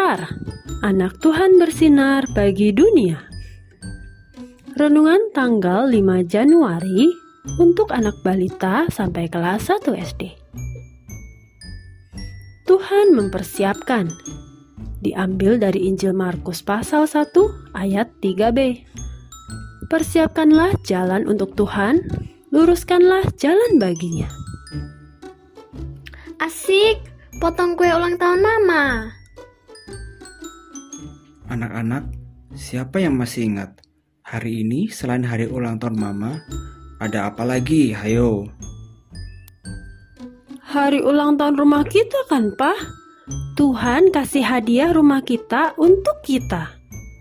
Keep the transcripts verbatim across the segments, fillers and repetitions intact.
besar, anak Tuhan bersinar bagi dunia. Renungan tanggal lima Januari untuk anak balita sampai kelas satu S D. Tuhan mempersiapkan. Diambil dari Injil Markus pasal satu ayat tiga b. Persiapkanlah jalan untuk Tuhan, luruskanlah jalan baginya. Asik, potong kue ulang tahun Mama. Anak-anak, siapa yang masih ingat? Hari ini selain hari ulang tahun Mama, ada apa lagi? Hayo. Hari ulang tahun rumah kita kan, Pak? Tuhan kasih hadiah rumah kita untuk kita.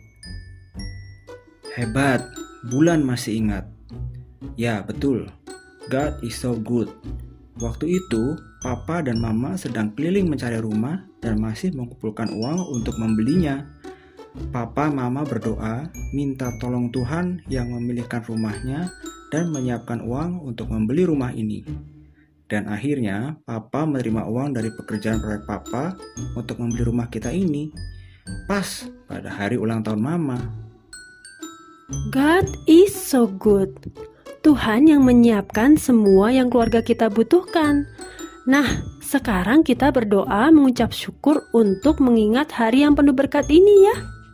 Hebat, Bulan masih ingat. Ya, betul. God is so good. Waktu itu, Papa dan Mama sedang keliling mencari rumah dan masih mengumpulkan uang untuk membelinya. Papa Mama berdoa, minta tolong Tuhan yang memilihkan rumahnya dan menyiapkan uang untuk membeli rumah ini. Dan akhirnya, Papa menerima uang dari pekerjaan proyek Papa untuk membeli rumah kita ini. Pas pada hari ulang tahun Mama. God is so good. Tuhan yang menyiapkan semua yang keluarga kita butuhkan. Nah, sekarang kita berdoa mengucap syukur untuk mengingat hari yang penuh berkat ini ya.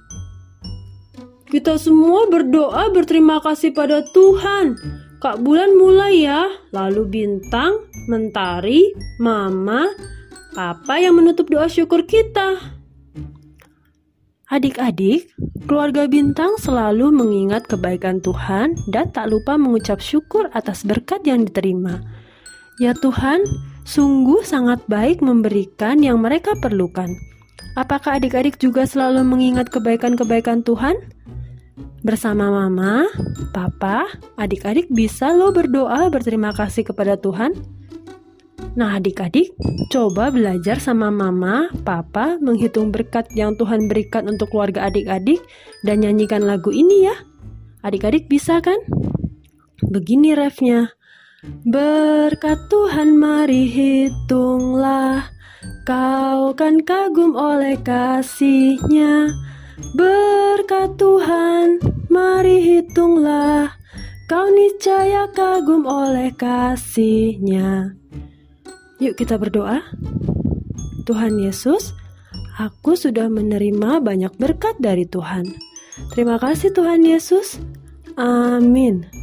Kita semua berdoa berterima kasih pada Tuhan. Kak Bulan mulai ya, lalu Bintang, Mentari, Mama, Papa yang menutup doa syukur kita. Adik-adik, keluarga Bintang selalu mengingat kebaikan Tuhan dan tak lupa mengucap syukur atas berkat yang diterima. Ya Tuhan, sungguh sangat baik memberikan yang mereka perlukan. Apakah adik-adik juga selalu mengingat kebaikan-kebaikan Tuhan? Bersama Mama, Papa, adik-adik bisa loh berdoa berterima kasih kepada Tuhan. Nah adik-adik, coba belajar sama Mama, Papa menghitung berkat yang Tuhan berikan untuk keluarga adik-adik dan nyanyikan lagu ini ya. Adik-adik bisa kan? Begini refnya. Berkat Tuhan mari hitunglah, kau kan kagum oleh kasih-Nya. Berkat Tuhan mari hitunglah, kau niscaya kagum oleh kasih-Nya. Yuk kita berdoa. Tuhan Yesus, aku sudah menerima banyak berkat dari Tuhan. Terima kasih Tuhan Yesus. Amin.